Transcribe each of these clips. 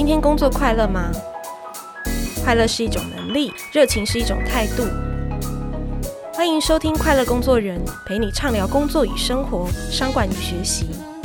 今天工作快乐吗？快乐是一种能力，热情是一种态度。欢迎收听快乐工作人，陪你畅聊工作与生活、商管与学习。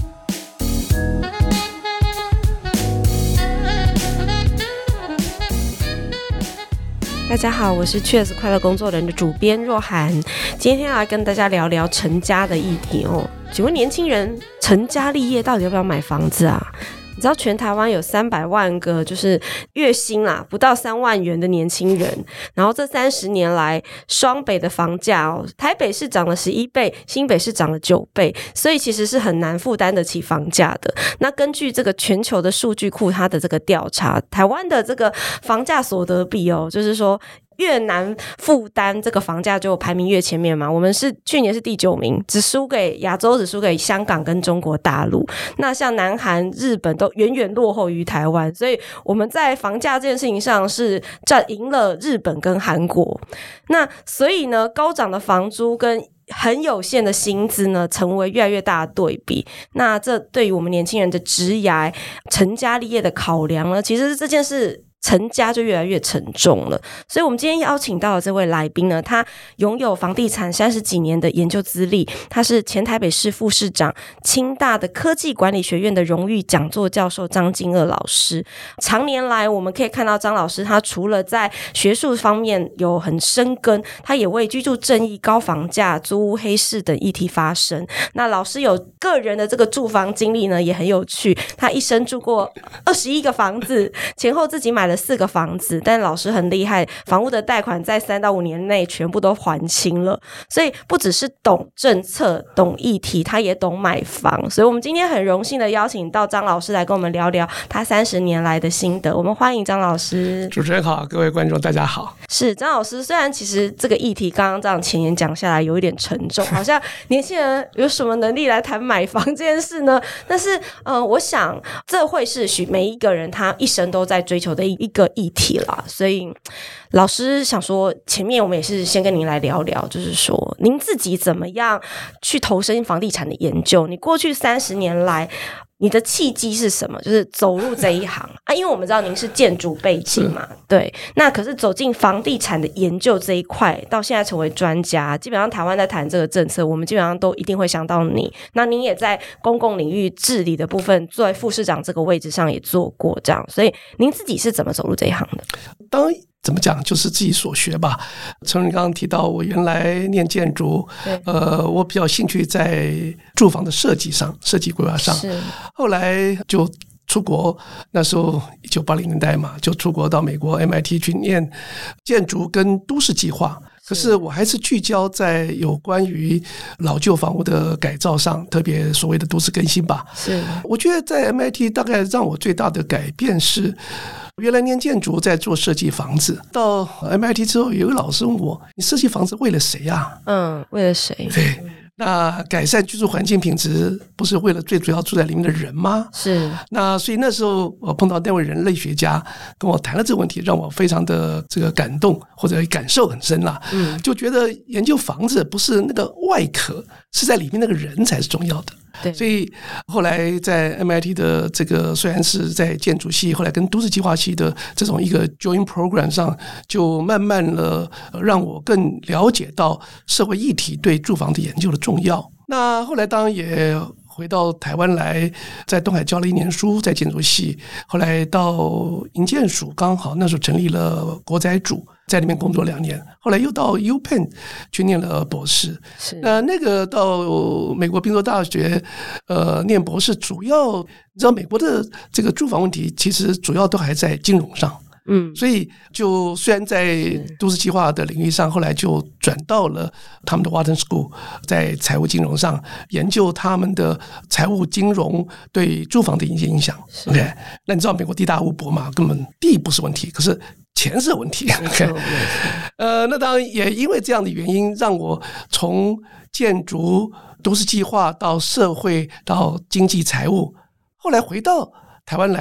大家好，我是 Cheers 快乐工作人的主编若涵，今天要来跟大家聊聊成家的议题哦。请问年轻人成家立业到底要不要买房子啊？你知道全台湾有300万个就是月薪不到3万元的年轻人，然后这30年来双北的房价台北市涨了11倍，新北市涨了9倍，所以其实是很难负担得起房价的。那根据这个全球的数据库它的这个调查，台湾的这个房价所得比就是说越难负担这个房价就排名越前面嘛，我们去年是第9名，只输给亚洲，只输给香港跟中国大陆。那像南韩、日本都远远落后于台湾，所以我们在房价这件事情上是赢了日本跟韩国。那所以呢，高涨的房租跟很有限的薪资呢，成为越来越大的对比。那这对于我们年轻人的职涯、成家立业的考量呢，其实这件事成家就越来越沉重了。所以我们今天邀请到的这位来宾呢，他拥有房地产30几年的研究资历，他是前台北市副市长，清大的科技管理学院的荣誉讲座教授张金锷老师。常年来我们可以看到张老师他除了在学术方面有很深耕，他也为居住正义、高房价、租屋黑市等议题发声。那老师有个人的这个住房经历呢也很有趣，他一生住过21个房子，前后自己买了4个房子，但老师很厉害，房屋的贷款在3到5年内全部都还清了。所以不只是懂政策、懂议题，他也懂买房。所以我们今天很荣幸的邀请到张老师来跟我们聊聊他30年来的心得。我们欢迎张老师。 主持人好，各位观众大家好。 是张老师，虽然其实这个议题刚刚这样前言讲下来有一点沉重，好像年轻人有什么能力来谈买房这件事呢？但是我想这会是每一个人他一生都在追求的一个议题啦。所以老师想说，前面我们也是先跟您来聊聊，就是说您自己怎么样去投身房地产的研究，你过去30年来你的契机是什么？就是走入这一行因为我们知道您是建筑背景嘛，对。那可是走进房地产的研究这一块，到现在成为专家，基本上台湾在谈这个政策，我们基本上都一定会想到你。那您也在公共领域治理的部分，作为副市长这个位置上也做过这样，所以您自己是怎么走入这一行的？ 当然怎么讲，就是自己所学吧。陈荣刚刚提到，我原来念建筑，我比较兴趣在住房的设计上、设计规划上。后来就出国，那时候1980年代嘛，就出国到美国 MIT 去念建筑跟都市计划。可是我还是聚焦在有关于老旧房屋的改造上，特别所谓的都市更新吧。 是， 我觉得在 MIT 大概让我最大的改变是，原来念建筑在做设计房子，到 MIT 之后，有个老师问我：“你设计房子为了谁啊？” 为了谁？ 对。那改善居住环境品质不是为了最主要住在里面的人吗？ 是。 那所以那时候我碰到那位人类学家跟我谈了这个问题，让我非常的这个感动，或者感受很深啦。就觉得研究房子不是那个外壳，是在里面那个人才是重要的。 对， 所以后来在 MIT 的这个虽然是在建筑系，后来跟都市计划系的这种一个 joint program 上，就慢慢的让我更了解到社会议题对住房的研究的重要。那后来当然也回到台湾来，在东海教了1年书，在建筑系，后来到营建署，刚好那时候成立了国宅组，在里面工作2年，后来又到 UPenn 去念了博士。那个到美国宾州大学念博士，主要你知道美国的这个住房问题，其实主要都还在金融上。所以就虽然在都市计划的领域上，后来就转到了他们的 Wharton School， 在财务金融上研究他们的财务金融对住房的影响。OK， 那你知道美国地大物博嘛，根本地不是问题，可是钱是问题。OK， 那当然也因为这样的原因，让我从建筑、都市计划到社会到经济财务，后来回到台湾来，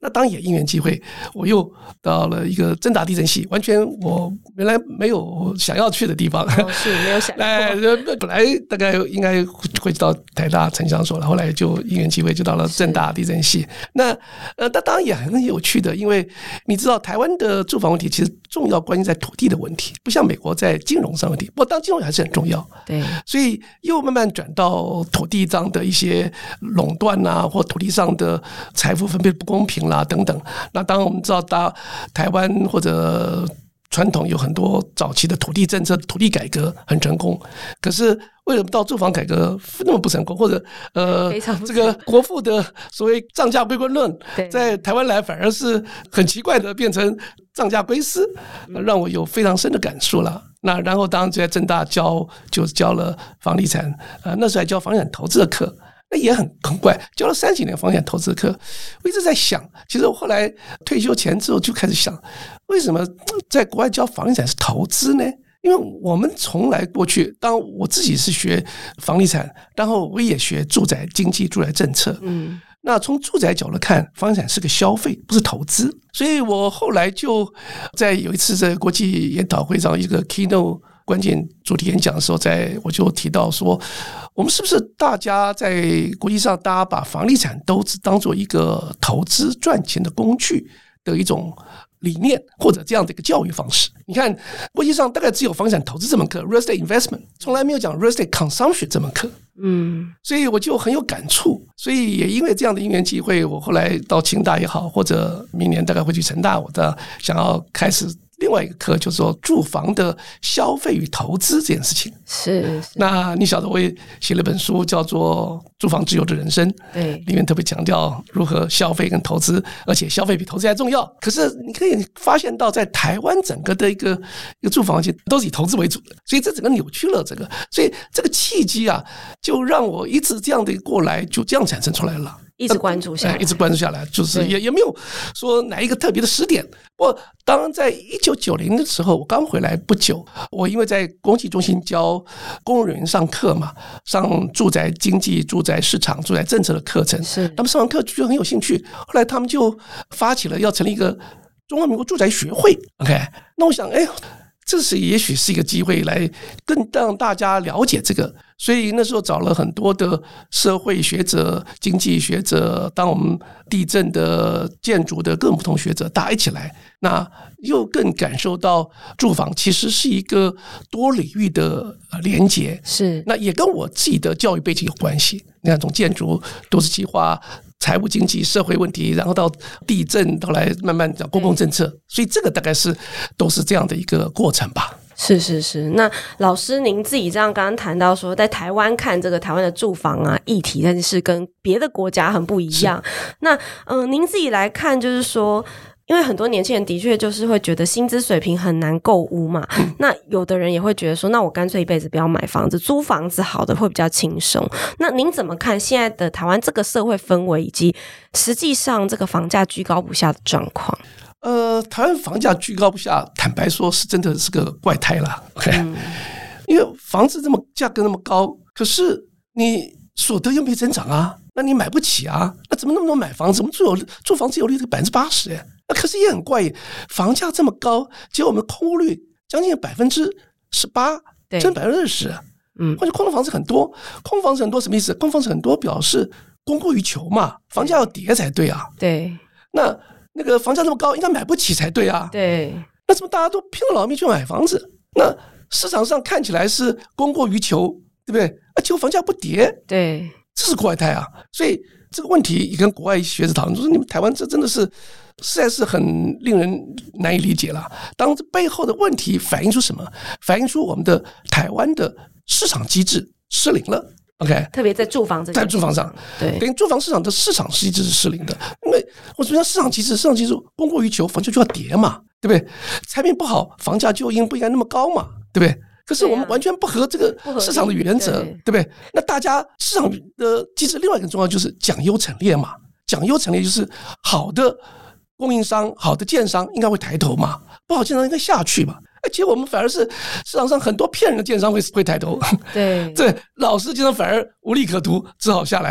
那当然也因缘际会，我又到了一个政大地震系，完全我原来没有想要去的地方， 是没有想过。 本来大概应该会到台大城乡所了，后来就因缘际会就到了政大地震系。那当然也很有趣的，因为你知道台湾的住房问题其实重要关键在土地的问题，不像美国在金融上问题，不过当金融还是很重要。 对， 所以又慢慢转到土地上的一些垄断啊，或土地上的财富分配不公平啦等等。那当然我们知道，台湾或者传统有很多早期的土地政策、土地改革很成功，可是为什么到住房改革那么不成功？或者这个国父的所谓涨价归根论，在台湾来反而是很奇怪的变成涨价归私，让我有非常深的感受了。那然后当然就在政大教了房地产，那时候还教房地产投资的课。那也很怪，教了30几年房地产投资课，我一直在想，其实我后来退休前之后就开始想，为什么在国外教房地产是投资呢？因为我们从来过去，当我自己是学房地产，然后我也学住宅经济、住宅政策，那从住宅角度看，房地产是个消费，不是投资。所以我后来就在有一次在国际研讨会上一个 keynote 关键主题演讲的时候，我就提到说，我们是不是大家在国际上，大家把房地产都只当做一个投资赚钱的工具的一种理念，或者这样的一个教育方式？你看，国际上大概只有房地产投资这门课 ，real estate investment， 从来没有讲 real estate consumption 这门课。所以我就很有感触。所以也因为这样的因缘际会，我后来到清大也好，或者明年大概会去成大，我想要开始另外一个课，就是说住房的消费与投资这件事情。 是。 那你晓得我也写了本书叫做《住房自由的人生》， 对， 里面特别强调如何消费跟投资，而且消费比投资还重要。可是你可以发现到，在台湾整个的一个住房其实都是以投资为主的，所以这整个扭曲了这个，所以这个契机啊，就让我一直这样的过来，就这样产生出来了。 一直关注下来， 一直关注下来，就是也没有说哪一个特别的时点。不过，当然在1990的时候，我刚回来不久，我因为在公企中心教公务人员上课嘛，上住宅经济、住宅市场、住宅政策的课程，他们上完课就觉得很有兴趣，后来他们就发起了要成立一个中华民国住宅学会。OK， 那我想，这是也许是一个机会来更让大家了解这个，所以那时候找了很多的社会学者、经济学者，当我们地震的、建筑的各种不同学者大家一起来，那又更感受到住房其实是一个多领域的连结， 是那也跟我自己的教育背景有关系。你看，从建筑、都市计划、财务经济、社会问题，然后到地震，后来慢慢讲公共政策，所以这个大概都是这样的一个过程吧。 是。那老师您自己这样刚刚谈到说，在台湾看这个台湾的住房啊议题，但是跟别的国家很不一样。那您自己来看，就是说，因为很多年轻人的确就是会觉得薪资水平很难购屋嘛，那有的人也会觉得说，那我干脆一辈子不要买房子，租房子好的会比较轻松。那您怎么看现在的台湾这个社会氛围，以及实际上这个房价居高不下的状况？ 台湾房价居高不下，坦白说是真的是个怪胎啦。OK，因为房子价格那么高，可是你所得又没增长啊，那你买不起啊，那怎么那么多买房子？我们住房自有率80%，那可是也很怪，房价这么高，结果我们空屋率将近18%，将近20%。或者空的房子很多，空房子很多什么意思？空房子很多表示供过于求嘛，房价要跌才对啊。 对， 那个房价这么高，应该买不起才对啊。 对， 那怎么大家都拼了老命去买房子？那市场上看起来是供过于求，对不对？结果房价不跌， 对， 这是怪胎啊。所以这个问题也跟国外学者讨论，说你们台湾这真的是实在是很令人难以理解了。当这背后的问题反映出什么？反映出我们的台湾的市场机制失灵了。OK， 特别在住房在住房上， 对， 等于住房市场的市场机制是失灵的，因为我说市场机制供过于求，房价就要跌嘛，对不对？产品不好，房价就不应该那么高嘛，对不对？可是我们完全不合这个市场的原则，对不对？那大家市场的机制另外一个重要就是讲优陈劣嘛，讲优陈劣就是好的供应商、好的建商应该会抬头嘛，不好建商应该下去嘛。结果我们反而是市场上很多骗人的建商会抬头， 对， 老实建商反而无利可图，只好下来了。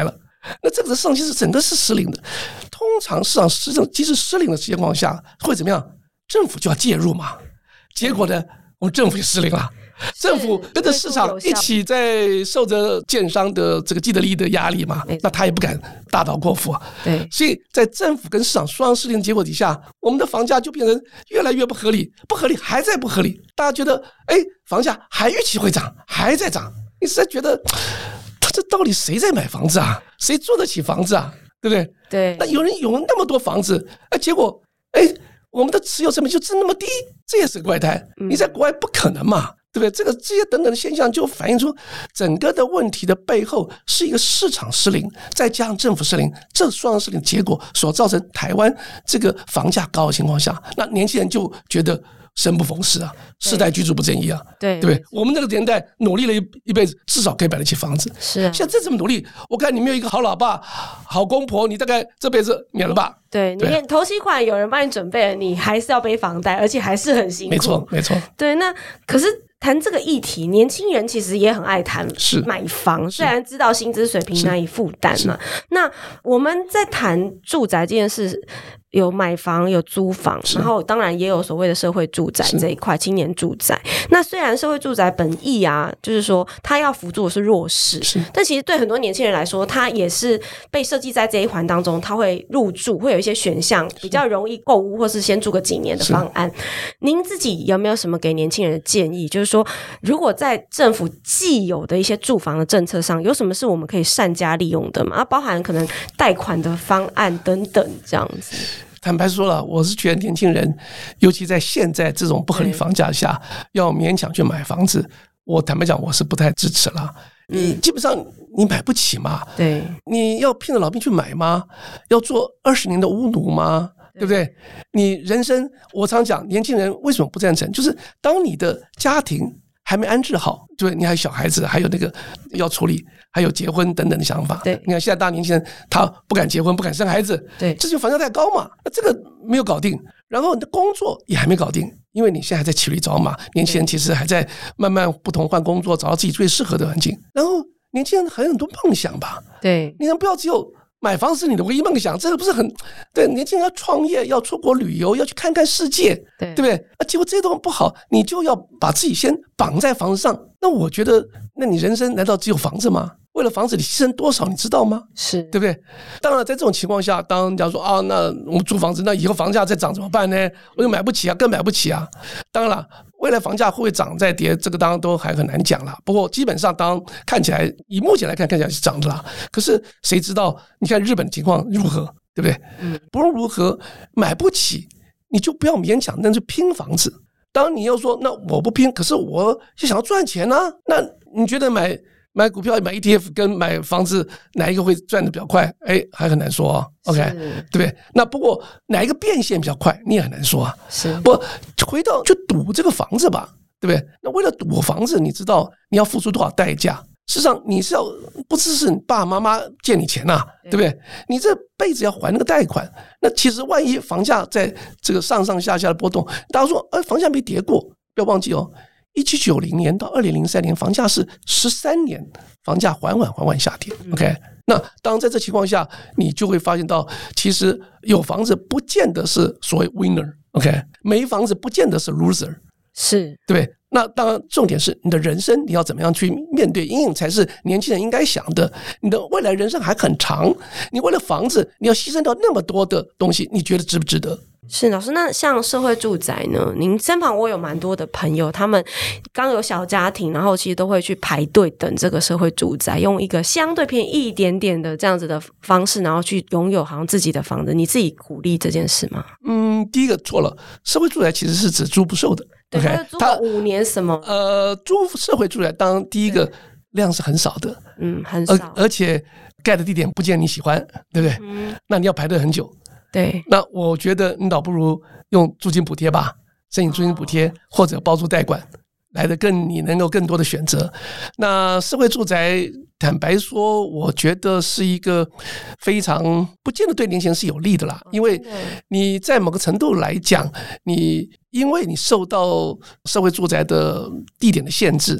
那这个市场机制整个是失灵的。通常市场机制失灵的情况下会怎么样？政府就要介入嘛。结果呢，我们政府也失灵了。政府跟着市场一起在受着建商的这个既得利益的压力嘛，那他也不敢大刀阔斧啊。 对， 所以在政府跟市场双失灵的结果底下，我们的房价就变成越来越不合理，不合理还在不合理。大家觉得，房价还预期会涨，还在涨，你实在觉得，这到底谁在买房子啊？谁住得起房子啊？对不对？ 对。 那有人有那么多房子，结果，我们的持有成本就是那么低，这也是个怪胎。你在国外不可能嘛。对不对？这些等等的现象就反映出整个的问题的背后是一个市场失灵，再加上政府失灵，这双失灵结果所造成台湾这个房价高的情况下，那年轻人就觉得生不逢时啊，世代居住不正义啊，对不对？我们那个年代努力了一辈子，至少可以买得起房子。 是啊， 现在这么努力，我看你没有一个好老爸、好公婆，你大概这辈子免了吧？ 对，你连头期款有人帮你准备了，你还是要背房贷，而且还是很辛苦。 没错。对， 那可是。谈这个议题，年轻人其实也很爱谈买房，虽然知道薪资水平难以负担嘛。那我们在谈住宅这件事，有买房有租房，然后当然也有所谓的社会住宅这一块，青年住宅。那虽然社会住宅本意啊，就是说它要辅助的是弱势，但其实对很多年轻人来说，它也是被设计在这一环当中，它会入住，会有一些选项比较容易购物，或是先住个几年的方案。您自己有没有什么给年轻人的建议？就是说，如果在政府既有的一些住房的政策上，有什么是我们可以善加利用的吗？包含可能贷款的方案等等这样子。 坦白说了，我是觉得年轻人，尤其在现在这种不合理房价下，要勉强去买房子，我坦白讲，我是不太支持了。基本上你买不起嘛， 对， 你要拼着老命去买吗？要做20年的巫奴吗？对不对？你人生，我常讲，年轻人为什么不赞成？就是当你的家庭还没安置好，对，你还有小孩子，还有那个要处理，还有结婚等等的想法。 对， 你看现在大年轻人他不敢结婚，不敢生孩子， 对， 这就房价太高嘛。那这个没有搞定，然后你的工作也还没搞定，因为你现在还在骑驴找马，年轻人其实还在慢慢不同换工作，找到自己最适合的环境。然后年轻人还有很多梦想吧？ 对， 你能不要只有买房是你的唯一梦想，这个不是很对？年轻人要创业，要出国旅游，要去看看世界，对不对？结果这些都不好，你就要把自己先绑在房子上。那我觉得，那你人生难道只有房子吗？为了房子你牺牲多少你知道吗？是，对不对？当然在这种情况下，当人家说啊，那我们租房子，那以后房价再涨怎么办呢？我就买不起啊，更买不起啊。当然了，未来房价会不会涨再跌，这个当然都还很难讲了。不过基本上当看起来，以目前来看，看起来是涨的啦。可是谁知道？你看日本的情况如何，对不对？不论如何买不起，你就不要勉强那去拼房子。当你要说那我不拼，可是我就想要赚钱啊，那你觉得买股票、买 ETF 跟买房子哪一个会赚得比较快？还很难说啊。OK， 对不对？那不过哪一个变现比较快，你也很难说啊。是，不回到去赌这个房子吧，对不对？那为了赌房子，你知道你要付出多少代价？事实上，你是要不只是你爸爸妈妈借你钱啊，对不对？你这辈子要还那个贷款。那其实万一房价在这个上上下下的波动，大家说，房价没跌过，不要忘记哦。1790年到2003年，房价是13年，房价缓缓下跌。OK， 那当然在这情况下，你就会发现到，其实有房子不见得是所谓 winner，OK， 没房子不见得是 loser， 是，对不对？那当然，重点是你的人生你要怎么样去面对因应才是年轻人应该想的。你的未来人生还很长，你为了房子，你要牺牲掉那么多的东西，你觉得值不值得？ 是老师，那像社会住宅呢？您身旁我有蛮多的朋友，他们刚有小家庭，然后其实都会去排队等这个社会住宅，用一个相对便宜一点点的这样子的方式，然后去拥有好像自己的房子。你自己鼓励这件事吗？ 第一个错了，社会住宅其实是只租不售的。 对，他租个5年什么？ 租社会住宅，当然第一个量是很少的， 很少， 而且盖的地点不见你喜欢，对不对？那你要排队很久。 对， 那我觉得你倒不如用租金补贴吧，申请租金补贴或者包租代管，来的你能够更多的选择。那社会住宅，坦白说，我觉得是一个非常不见得对年轻人是有利的啦，因为你在某个程度来讲，因为你受到社会住宅的地点的限制。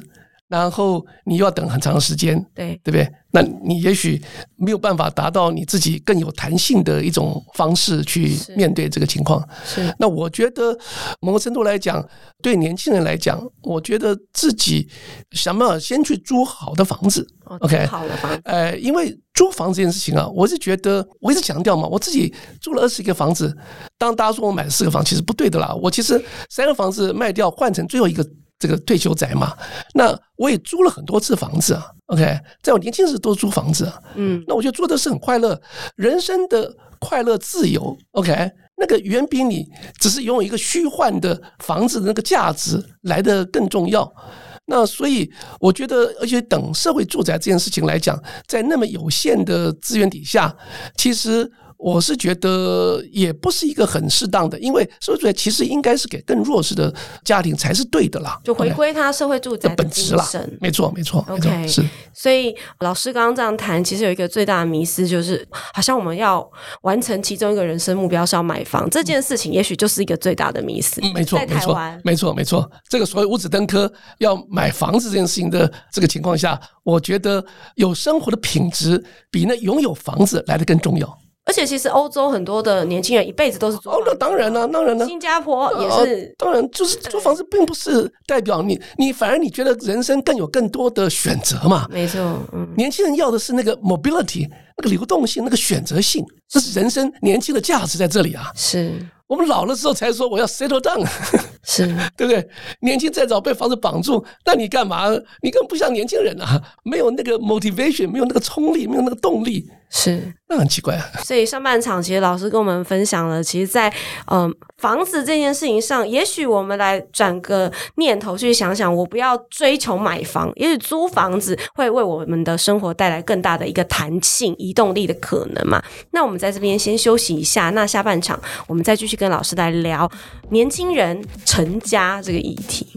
然后你又要等很长时间， 对不对？那你也许没有办法达到你自己更有弹性的一种方式去面对这个情况。 是， 那我觉得某个程度来讲，对年轻人来讲，我觉得自己想办法先去租好的房子。OK， 好的房子。 因为租房子这件事情啊，我是觉得我一直强调嘛，我自己租了20个房子，当大家说我买了4个房，其实不对的啦。我其实3个房子卖掉，换成最后一个这个退休宅嘛。那我也租了很多次房子啊。OK， 在我年轻时都租房子啊。那我觉得做的是很快乐，人生的快乐自由。OK， 那个远比你只是拥有一个虚幻的房子的那个价值来得更重要。那所以我觉得，而且等社会住宅这件事情来讲，在那么有限的资源底下，其实我是觉得也不是一个很适当的，因为社会住宅其实应该是给更弱势的家庭才是对的啦， 就回归它社会住宅的本质啦。没错 OK， 是。 所以老师刚刚这样谈，其实有一个最大的迷思，就是好像我们要完成其中一个人生目标是要买房，这件事情也许就是一个最大的迷思。 没错， 在台湾， 没错。这个所谓五子登科要买房子这件事情的这个情况下，我觉得有生活的品质比那拥有房子来得更重要。 而且其实欧洲很多的年轻人一辈子都是租房子。 那当然了。 新加坡也是。 当然，就是租房子并不是代表你反而你觉得人生更多的选择嘛。 没错。 年轻人要的是那个 mobility， 那个流动性，那个选择性，这是人生年轻的价值在这里啊。 是。 我们老了之后才说我要 settle down， 是， 对不对？年轻再早被房子绑住，那你干嘛？你更不像年轻人啊，没有那个 motivation， 没有那个冲力，没有那个动力， 是， 那很奇怪啊。 所以上半场其实老师跟我们分享了，其实在房子这件事情上，也许我们来转个念头去想想，我不要追求买房，也许租房子会为我们的生活带来更大的一个弹性、移动力的可能嘛。那我们在这边先休息一下，那下半场我们再继续跟老师来聊年轻人成家这个议题。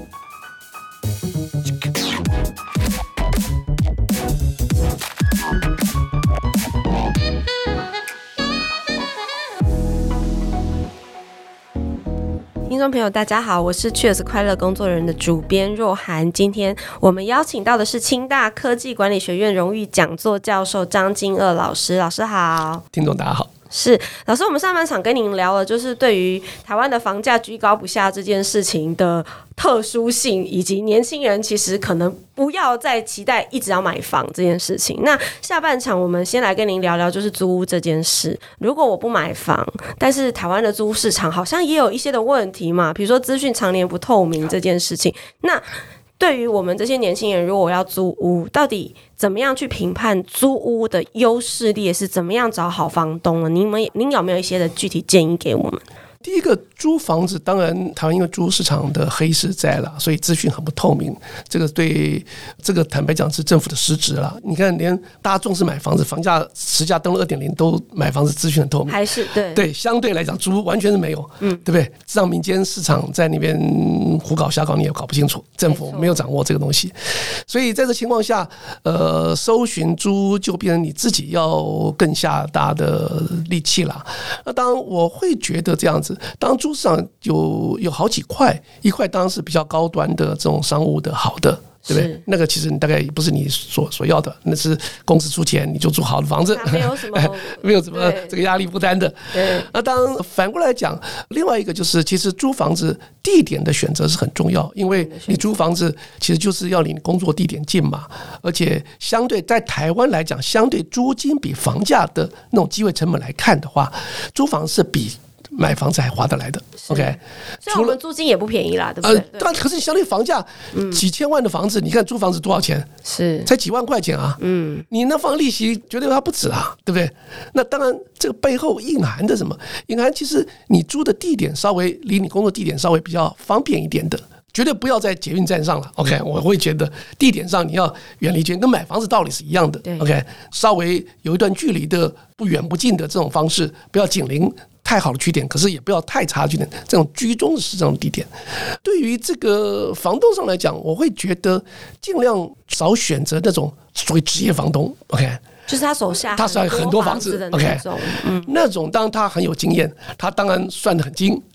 听众朋友大家好，我是 Cheers 快乐工作人的主编若涵。今天我们邀请到的是清大科技管理学院荣誉讲座教授张金锷老师。老师好。 听众大家好。 是老师，我们上半场跟您聊了，就是对于台湾的房价居高不下这件事情的特殊性，以及年轻人其实可能不要再期待一直要买房这件事情。那下半场我们先来跟您聊聊，就是租屋这件事。如果我不买房，但是台湾的租屋市场好像也有一些的问题嘛，比如说资讯常年不透明这件事情。那对于我们这些年轻人，如果我要租屋，到底怎么样去评判租屋的优势劣势？怎么样找好房东呢？您有没有一些的具体建议给我们？ 第一个，租房子，当然台湾因为租市场的黑市在了，所以资讯很不透明。这个对这个坦白讲是政府的失职了。你看，连大家重视买房子，房价实价登录 2.0 都买房子资讯很透明， 还是对相对来讲租完全是没有，对不对？让民间市场在那边胡搞瞎搞，你也搞不清楚，政府没有掌握这个东西。所以在这情况下，搜寻租就变成你自己要更下大的力气了。那当然我会觉得这样子。当然租市场有好几块，一块当然是比较高端的这种商务的好的，对不对？那个其实你大概不是你所要的，那是公司出钱你就住好的房子， 没有什么没有什么这个压力负担的。 对。 那当然反过来讲，另外一个就是其实租房子地点的选择是很重要，因为你租房子其实就是要离你工作地点近嘛，而且相对在台湾来讲，相对租金比房价的那种机会成本来看的话，租房是比买房子还划得来的 ，OK。 所以我们租金也不便宜啦，对不对？ 但可是你相对房价，几千万的房子，你看租房子多少钱？ 是才几万块钱啊！你那放利息绝对它不止啊，对不对？那当然，这个背后隐含的什么？隐含其实你租的地点稍微离你工作地点稍微比较方便一点的。绝对不要在捷运站上了 ，OK？ 我会觉得地点上你要远离捷运，跟买房子道理是一样的 ，OK？ 稍微有一段距离的不远不近的这种方式，不要紧邻太好的据点，可是也不要太差的据点，这种居中的市场地点。对于这个房东上来讲，我会觉得尽量少选择那种所谓职业房东 ，OK？ 就是他手下很多房子的那种，那种当然他很有经验，他当然算得很精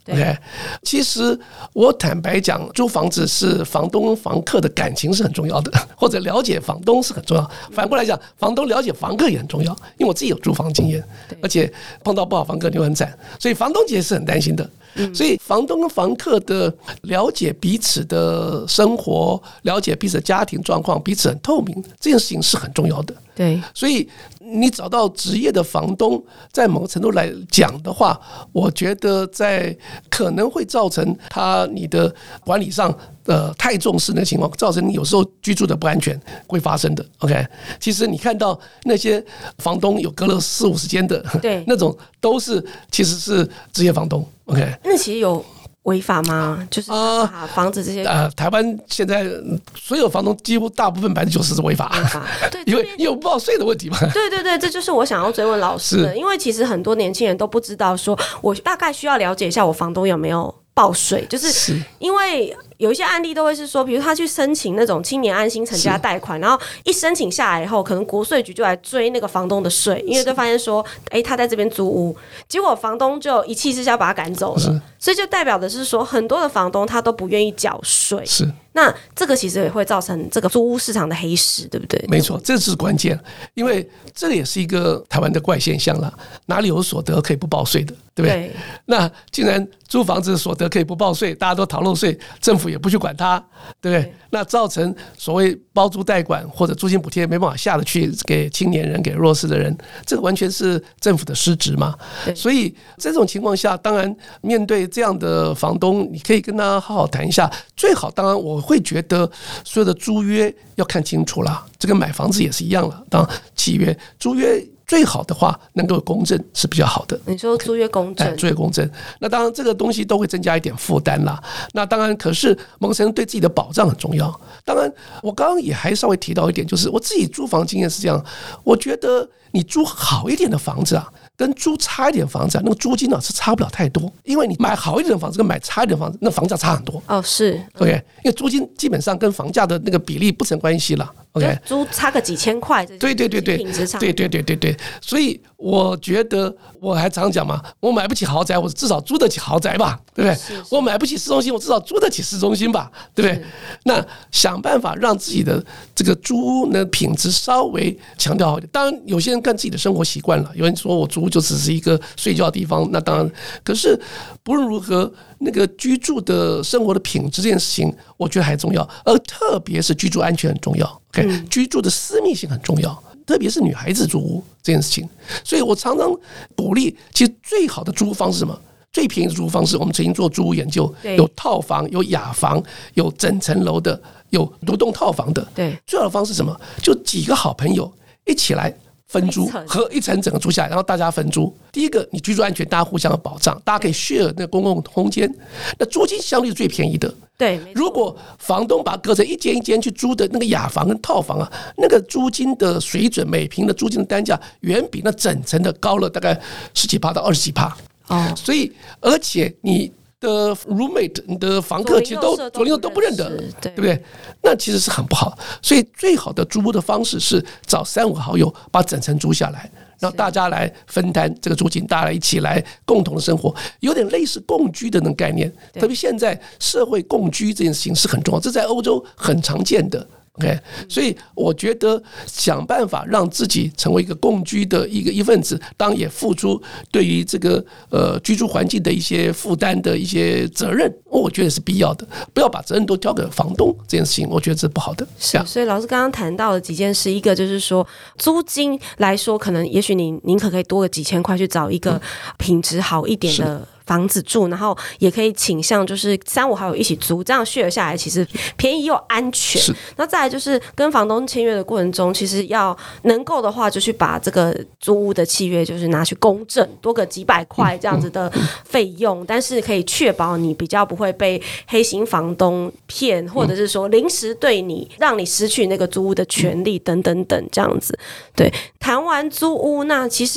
OK， 其实我坦白讲，租房子是房东房客的感情是很重要的，或者了解房东是很重要。反过来讲，房东了解房客也很重要，因为我自己有租房经验，而且碰到不好房客就很惨，所以房东其实是很担心的。所以房东跟房客的了解彼此的生活，了解彼此的家庭状况，彼此很透明，这件事情是很重要的。 对， 所以你找到职业的房东，在某个程度来讲的话，我觉得在可能会造成你的管理上太重视那个情况，造成你有时候居住的不安全会发生的。OK， 其实你看到那些房东有隔了40-50间的， 对， 那种都是其实是职业房东。OK， 那其实有违法吗？就是把房子这些台湾现在所有房东几乎大部分90%是违法， 对， 因为有报税的问题嘛。 对对对，这就是我想要追问老师的，因为其实很多年轻人都不知道，说我大概需要了解一下我房东有没有报税，就是因为有一些案例都会是说，比如他去申请那种青年安心成家贷款，然后一申请下来以后，可能国税局就来追那个房东的税，因为就发现说，他在这边租屋，结果房东就一气之下把他赶走了，所以就代表的是说，很多的房东他都不愿意缴税。 是。 那这个其实也会造成这个租屋市场的黑市，对不对？ 没错，这是关键，因为这也是一个台湾的怪现象了。哪里有所得可以不报税的，对不对？那既然租房子所得可以不报税，大家都逃漏税，政府也不去管它，对不对？那造成所谓包租代管或者租金补贴没办法下得去给青年人、给弱势的人，这个完全是政府的失职嘛。所以这种情况下，当然面对这样的房东，你可以跟他好好谈一下。最好，当然我会觉得所有的租约要看清楚啦，这跟买房子也是一样了。当然契约、租约最好的话能够公证是比较好的。 你说租约公证， 租约公证，那当然这个东西都会增加一点负担啦。那当然，可是某个程度对自己的保障很重要。当然，我刚刚也还稍微提到一点，就是我自己租房经验是这样，我觉得你租好一点的房子啊，跟租差一点的房子啊，那个租金啊是差不了太多，因为你买好一点的房子跟买差一点的房子，那房价差很多。 是 OK， 因为租金基本上跟房价的那个比例不成关系了。OK， 租差个几千块， 对， 品质差， 对，所以我觉得我还常讲嘛，我买不起豪宅，我至少租得起豪宅吧，对不对？我买不起市中心，我至少租得起市中心吧，对不对？那想办法让自己的这个租屋呢品质稍微强调好一点。当然，有些人看自己的生活习惯了，有人说我租屋就只是一个睡觉的地方，那当然，可是不论如何，那个居住的生活的品质这件事情，我觉得还重要，而特别是居住安全很重要。Okay， 居住的私密性很重要，特别是女孩子租屋这件事情。所以我常常鼓励，其实最好的租屋方式是什么？最便宜的租屋方式，我们曾经做租屋研究，有套房、有雅房、有整层楼的、有独栋套房的。 对， 最好的方式是什么？就几个好朋友一起来分租，和一层整个租下来，然后大家分租。第一个，你居住安全，大家互相的保障，大家可以 share 那个公共空间，那租金相对是最便宜的。 对， 如果房东把它隔成一间一间去租的那个雅房跟套房啊，那个租金的水准，每平的租金的单价远比那整层的高了大概10几%到20几%。所以而且你的 roommate， 你的房客其实左邻右都不认得，对不对？那其实是很不好。所以最好的租屋的方式是找3-5个好友把整层租下来，然后大家来分担这个租金，大家来一起来共同的生活，有点类似共居的那种概念。特别现在社会共居这件事情是很重要，这在欧洲很常见的。OK， 所以我觉得想办法让自己成为一个共居的一份子，当然也付出对于这个居住环境的一些负担的一些责任，我觉得是必要的。不要把责任都交给房东，这件事情我觉得是不好的。 是，所以老师刚刚谈到的几件事，一个就是说租金来说，可能也许您可以多个几千块去找一个品质好一点的房子住，然后也可以倾向就是3-5好友一起租，这样 share 下来其实便宜又安全。然后再来就是跟房东签约的过程中，其实要能够的话，就去把这个租屋的契约就是拿去公证，多个几百块这样子的费用，但是可以确保你比较不会被黑心房东骗，或者是说临时对你让你失去那个租屋的权利等等等这样子。对，谈完租屋，那其实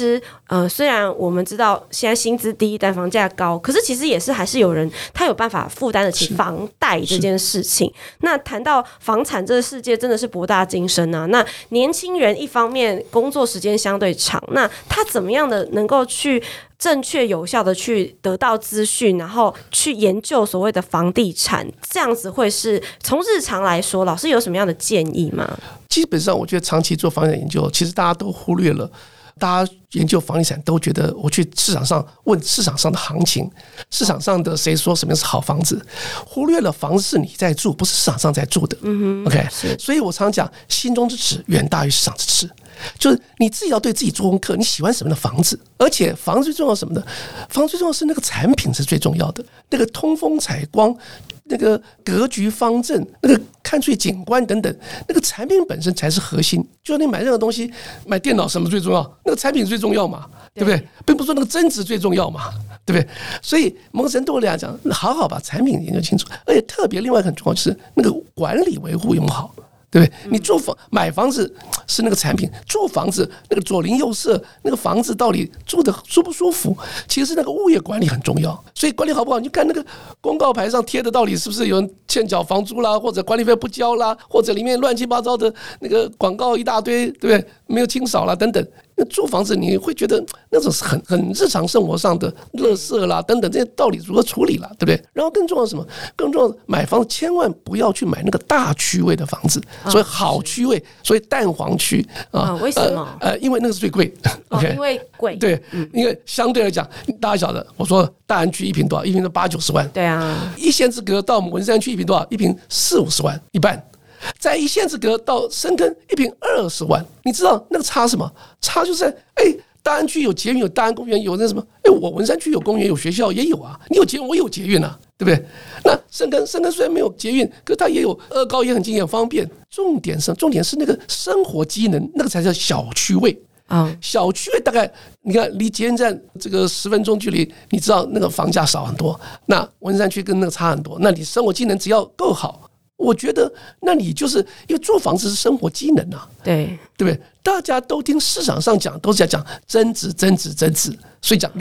虽然我们知道现在薪资低但房价高，可是其实也是还是有人他有办法负担得起房贷这件事情。那谈到房产这个世界真的是博大精深啊，那年轻人一方面工作时间相对长，那他怎么样的能够去正确有效的去得到资讯，然后去研究所谓的房地产，这样子会是从日常来说，老师有什么样的建议吗？ 基本上我觉得长期做房地产研究，其实大家都忽略了，大家研究房地产都觉得我去市场上问市场上的行情，市场上的谁说什么是好房子，忽略了房子是你在住，不是市场上在住的。OK， 所以我常讲心中之尺远大于市场之尺，就是你自己要对自己做功课，你喜欢什么样的房子，而且房子最重要什么呢？房子最重要是那个产品是最重要的，那个通风采光，那个格局方正，那个看出去景观等等，那个产品本身才是核心。就像你买任何东西，买电脑什么最重要？那个产品最重要嘛，对不对？并不是说那个增值最重要嘛，对不对？所以某种程度来讲，好好把产品研究清楚，而且特别另外一个很重要就是那个管理维护用好。对不对？你买房子是那个产品，住房子那个左邻右舍，那个房子到底住的舒不舒服，其实是那个物业管理很重要。所以管理好不好，你就看那个公告牌上贴的到底是不是有人欠缴房租啦，或者管理费不交啦，或者里面乱七八糟的那个广告一大堆，对不对？没有清扫啦等等。那住房子你会觉得那种是很日常生活上的垃圾啦等等这些道理如何处理啦，对不对？然后更重要的是什么？更重要的买房子千万不要去买那个大区位的房子，所以好区位，所以蛋黄区啊。 为什么？ 因为那个是最贵。OK， 因为贵。 对，因为相对来讲，大家晓得，我说大安区一坪多少？一坪都80-90万。 对啊， 一线之隔到我们文山区一坪多少？一坪40-50万，一半。在一线之隔到深坑一坪20万，你知道那个差什么？差就是在大安区有捷运，有大安公园，有那什么？我文山区有公园，有学校，也有啊。你有捷运，我有捷运啊，对不对？那深坑虽然没有捷运，可是它也有二高，也很近，也很方便。重点是那个生活机能，那个才叫小区位。小区位大概你看离捷运站这个10分钟距离，你知道那个房价少很多。那文山区跟那个差很多。那你生活机能只要够好。我觉得，那你就是因为住房子是生活机能啊， 对不对？大家都听市场上讲，都是在讲增值，所以讲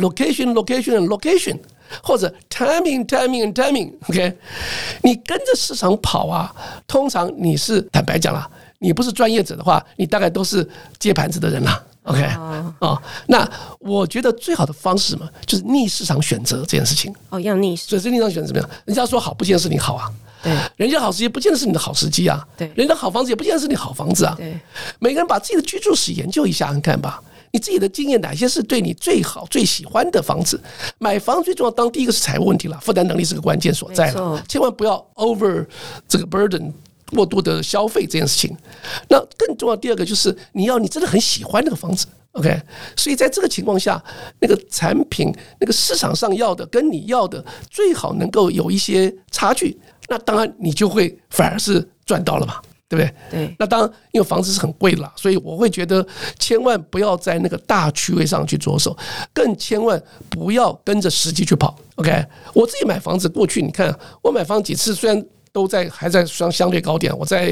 location， 或者 timing。OK， 你跟着市场跑啊，通常你是坦白讲啦，你不是专业者的话，你大概都是接盘子的人啦。OK， 那我觉得最好的方式嘛，就是逆市场选择这件事情。 要逆市， 所以这逆市场选择怎么样？人家说好，不见得是你好啊。 对， 人家好时机不见得是你的好时机啊。 对， 人家好房子也不见得是你好房子啊。 对， 每个人把自己的居住史研究一下，看吧。你自己的经验哪些是对你最好、最喜欢的房子？买房最重要，当第一个是财务问题了，负担能力是个关键所在了。千万不要 over 这个 burden 过多的消费这件事情。那更重要第二个就是你真的很喜欢那个房子。OK， 所以在这个情况下，那个产品、那个市场上要的跟你要的最好能够有一些差距，那当然你就会反而是赚到了嘛，对不对？ 对。 那当然，因为房子是很贵了，所以我会觉得千万不要在那个大区位上去着手，更千万不要跟着时机去跑。OK， 我自己买房子过去，你看我买房几次，虽然都还在相对高点，我在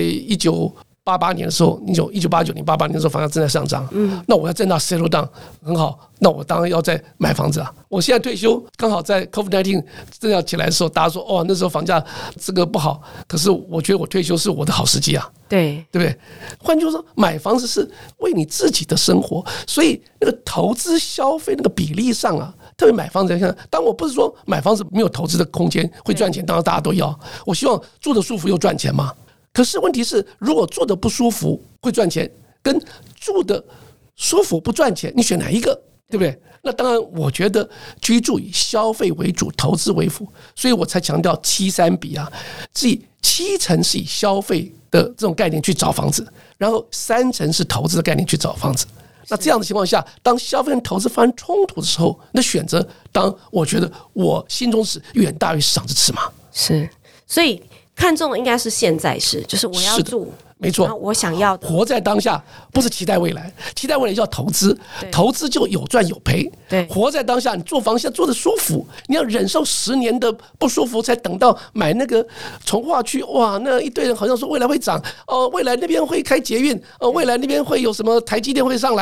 1988年的时候，1989年、88年的时候，房价正在上涨。那我要在那 settle down 很好，那我当然要再买房子啊。我现在退休，刚好在 COVID-19 正要起来的时候，大家说那时候房价这个不好，可是我觉得我退休是我的好时机啊。 对不对？换句话说，买房子是为你自己的生活，所以那个投资消费那个比例上啊，特别买房子看，当我不是说买房子没有投资的空间会赚钱，当然大家都要，我希望住得舒服又赚钱嘛。可是问题是，如果住得不舒服会赚钱，跟住得舒服不赚钱，你选哪一个？对不对？那当然，我觉得居住以消费为主，投资为辅，所以我才强调7-3比啊，即70%是以消费的这种概念去找房子，然后30%是投资的概念去找房子。那这样的情况下，当消费跟投资发生冲突的时候，那选择，当我觉得我心中是远大于市场之尺嘛。 是，所以看重的应该是现在时，就是我要住。 没错， 我想要的活在当下，不是期待未来。期待未来叫投资，投资就有赚有赔。 对， 活在当下，你做房现在做的舒服，你要忍受10年的不舒服，才等到买那个从化区，哇，那一堆人好像说未来会涨，未来那边会开捷运，未来那边会有什么台积电会上来。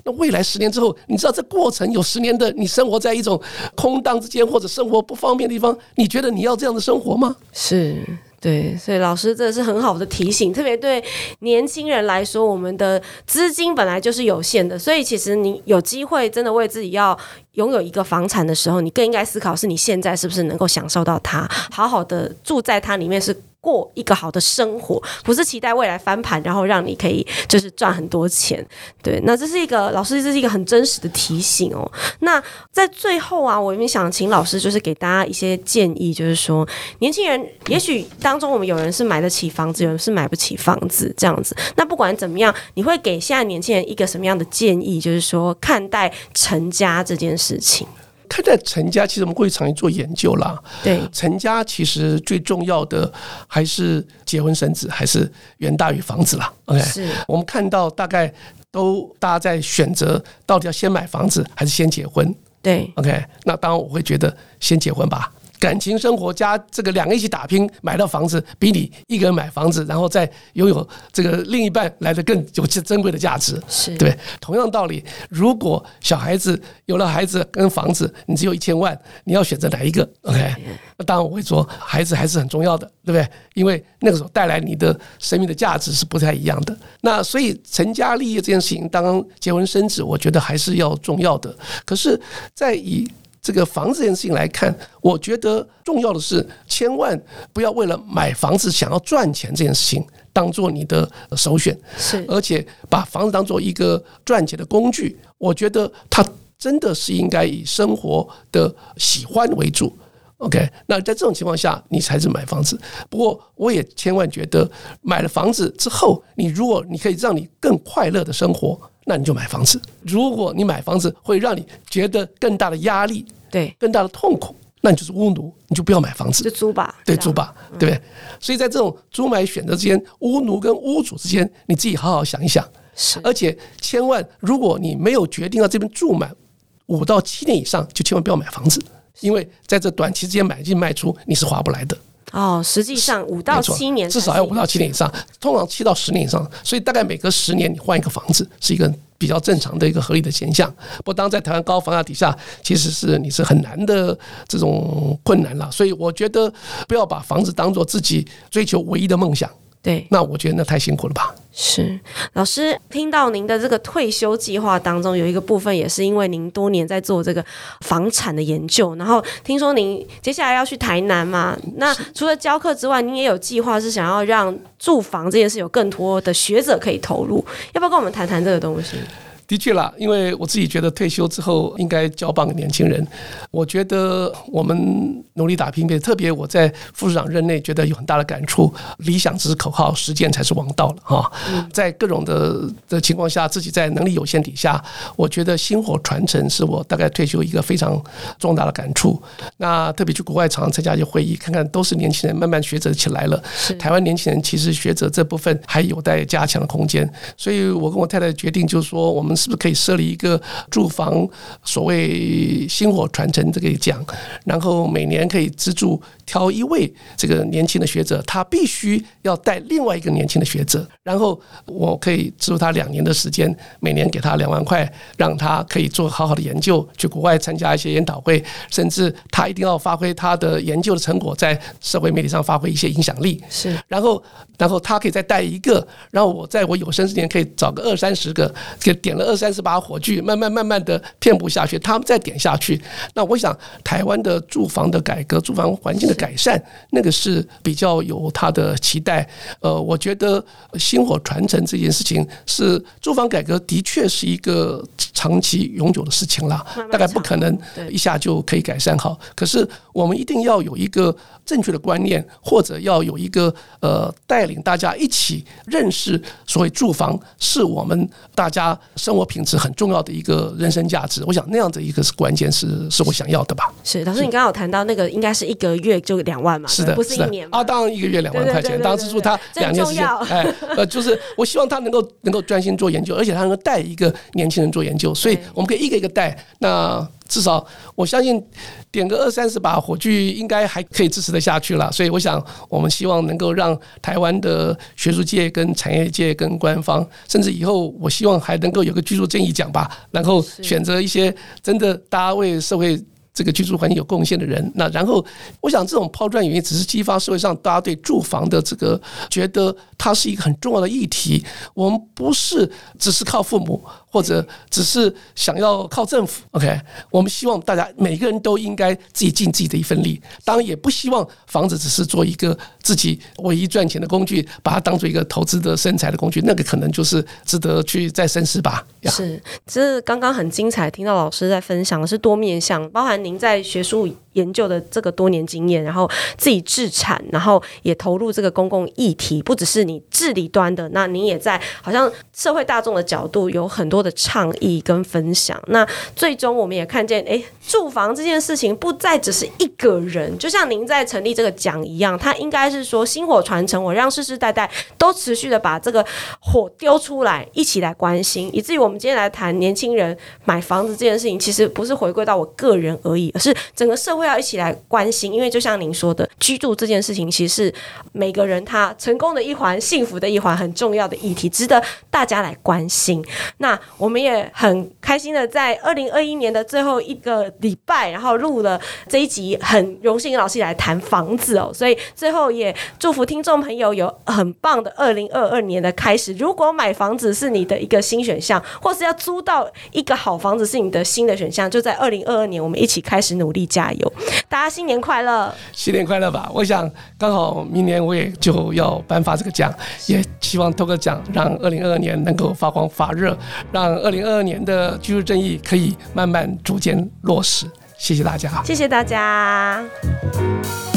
那未来10年之后，你知道这过程有10年的你生活在一种空荡之间，或者生活不方便的地方，你觉得你要这样的生活吗？ 是。对，所以老师这是很好的提醒，特别对年轻人来说，我们的资金本来就是有限的，所以其实你有机会真的为自己要拥有一个房产的时候，你更应该思考是你现在是不是能够享受到它，好好的住在它里面，是过一个好的生活，不是期待未来翻盘，然后让你可以就是赚很多钱。对，那这是一个老师，这是一个很真实的提醒哦。那在最后啊，我也想请老师就是给大家一些建议，就是说年轻人也许当中我们有人是买得起房子，有人是买不起房子这样子。那不管怎么样，你会给现在年轻人一个什么样的建议？就是说看待成家这件事情。 看待成家，其实我们过去常去做研究啦。 对， 成家其实最重要的还是结婚生子，还是远大于房子啦。OK， 是我们看到大概大家在选择到底要先买房子还是先结婚。 对 ，OK， 那当然我会觉得先结婚吧。感情生活加这个2个一起打拼买到房子，比你一个人买房子然后再拥有这个另一半来的更有珍贵的价值， 是对。同样道理，如果小孩子有了孩子跟房子，你只有1000万，你要选择哪一个 ？OK， 那当然我会说孩子还是很重要的，对不对？因为那个时候带来你的生命的价值是不太一样的。那所以成家立业这件事情，当然结婚生子，我觉得还是要重要的。可是，在以这个房子这件事情来看，我觉得重要的是，千万不要为了买房子想要赚钱这件事情当做你的首选，而且把房子当做一个赚钱的工具。我觉得它真的是应该以生活的喜欢为主。OK， 那在这种情况下，你才是买房子。不过，我也千万觉得，买了房子之后，如果你可以让你更快乐的生活，那你就买房子。如果你买房子会让你觉得更大的压力， 对， 更大的痛苦，那你就是屋奴，你就不要买房子， 就租吧。 对，租吧，对不对？所以在这种租买选择之间，屋奴跟屋主之间，你自己好好想一想。而且千万，如果你没有决定到这边住满5到7年以上，就千万不要买房子。因为在这短期之间买进卖出，你是划不来的。 实际上5到7年， 至少要5到7年以上，通常7到10年以上，所以大概每隔10年你换一个房子，是一个比较正常的一个合理的现象。不过，当在台湾高房价底下，其实你是很难的这种困难了。所以，我觉得不要把房子当作自己追求唯一的梦想。 对， 那我觉得那太辛苦了吧。 是，老师听到您的这个退休计划当中有一个部分，也是因为您多年在做这个房产的研究，然后听说您接下来要去台南嘛，那除了教课之外，您也有计划是想要让住房这件事有更多的学者可以投入，要不要跟我们谈谈这个东西？ 的确啦，因为我自己觉得退休之后应该交棒给年轻人。我觉得我们努力打拼，特别我在副市长任内觉得有很大的感触。理想只是口号，实践才是王道了哈。在各种的情况下，自己在能力有限底下，我觉得薪火传承是我大概退休一个非常重大的感触。那特别去国外常参加一些会议，看看都是年轻人慢慢学者起来了。台湾年轻人其实学者这部分还有待加强的空间。所以我跟我太太决定，就是说我们是不是可以设立一个住房所谓薪火传承这个奖，然后每年可以资助挑一位这个年轻的学者，他必须要带另外一个年轻的学者，然后我可以资助他2年的时间，每年给他2万块，让他可以做好好的研究，去国外参加一些研讨会，甚至他一定要发挥他的研究的成果，在社会媒体上发挥一些影响力。 是， 然后他可以再带一个，然后我在我有生之年可以找个20-30个，给点了20-30把火炬，慢慢的遍布下去，他们再点下去。那我想台湾的住房的改革，住房环境的改善，那个是比较有他的期待。我觉得薪火传承这件事情是住房改革的确是一个长期永久的事情啦，大概不可能一下就可以改善好。可是我们一定要有一个正确的观念，或者要有一个带领大家一起认识所谓住房是我们大家生活品质很重要的一个人生价值。我想那样的一个是关键，是我想要的吧。 是，老师，你刚刚有谈到那个应该是1个月就2万嘛？ 是的， 不是1年嘛？ 当然1个月2万块钱，当然资助他2年时间。就是我希望他能够专心做研究，而且他能够带一个年轻人做研究，所以我们可以一个一个带。那至少我相信点个20-30把火炬应该还可以支持得下去了。所以我想我们希望能够让台湾的学术界跟产业界跟官方，甚至以后我希望还能够有个居住正义奖吧，然后选择一些真的大家为社会这个居住环境有贡献的人。那然后我想这种抛砖引玉只是激发社会上大家对住房的这个觉得它是一个很重要的议题。我们不是只是靠父母，或者只是想要靠政府 OK， 我们希望大家每个人都应该自己尽自己的一份力。当然也不希望房子只是做一个自己唯一赚钱的工具，把它当做一个投资的生财的工具，那个可能就是值得去再深思吧。 是，这刚刚很精彩，听到老师在分享的是多面向，包含您在学术研究的这个多年经验，然后自己置产，然后也投入这个公共议题，不只是你治理端的，那您也在好像社会大众的角度有很多的倡议跟分享。那最终我们也看见，住房这件事情不再只是一个人，就像您在成立这个奖一样，它应该是说薪火传承，我让世世代代都持续的把这个火丢出来，一起来关心，以至于我们今天来谈年轻人买房子这件事情，其实不是回归到我个人而已，而是整个社会要一起来关心。因为就像您说的，居住这件事情其实是每个人他成功的一环，幸福的一环，很重要的议题，值得大家来关心。那我们也很开心的在2021年的最后一个礼拜，然后录了这一集，很荣幸老师来谈房子哦。所以最后也祝福听众朋友有很棒的2022年的开始。如果买房子是你的一个新选项，或是要租到一个好房子是你的新的选项，就在2022年我们一起开始努力加油。大家新年快乐！ 新年快乐吧！我想刚好明年我也就要颁发这个奖，也希望透过奖让2022年能够发光发热，让2022年的居住正义可以慢慢逐渐落实。谢谢大家， 谢谢大家。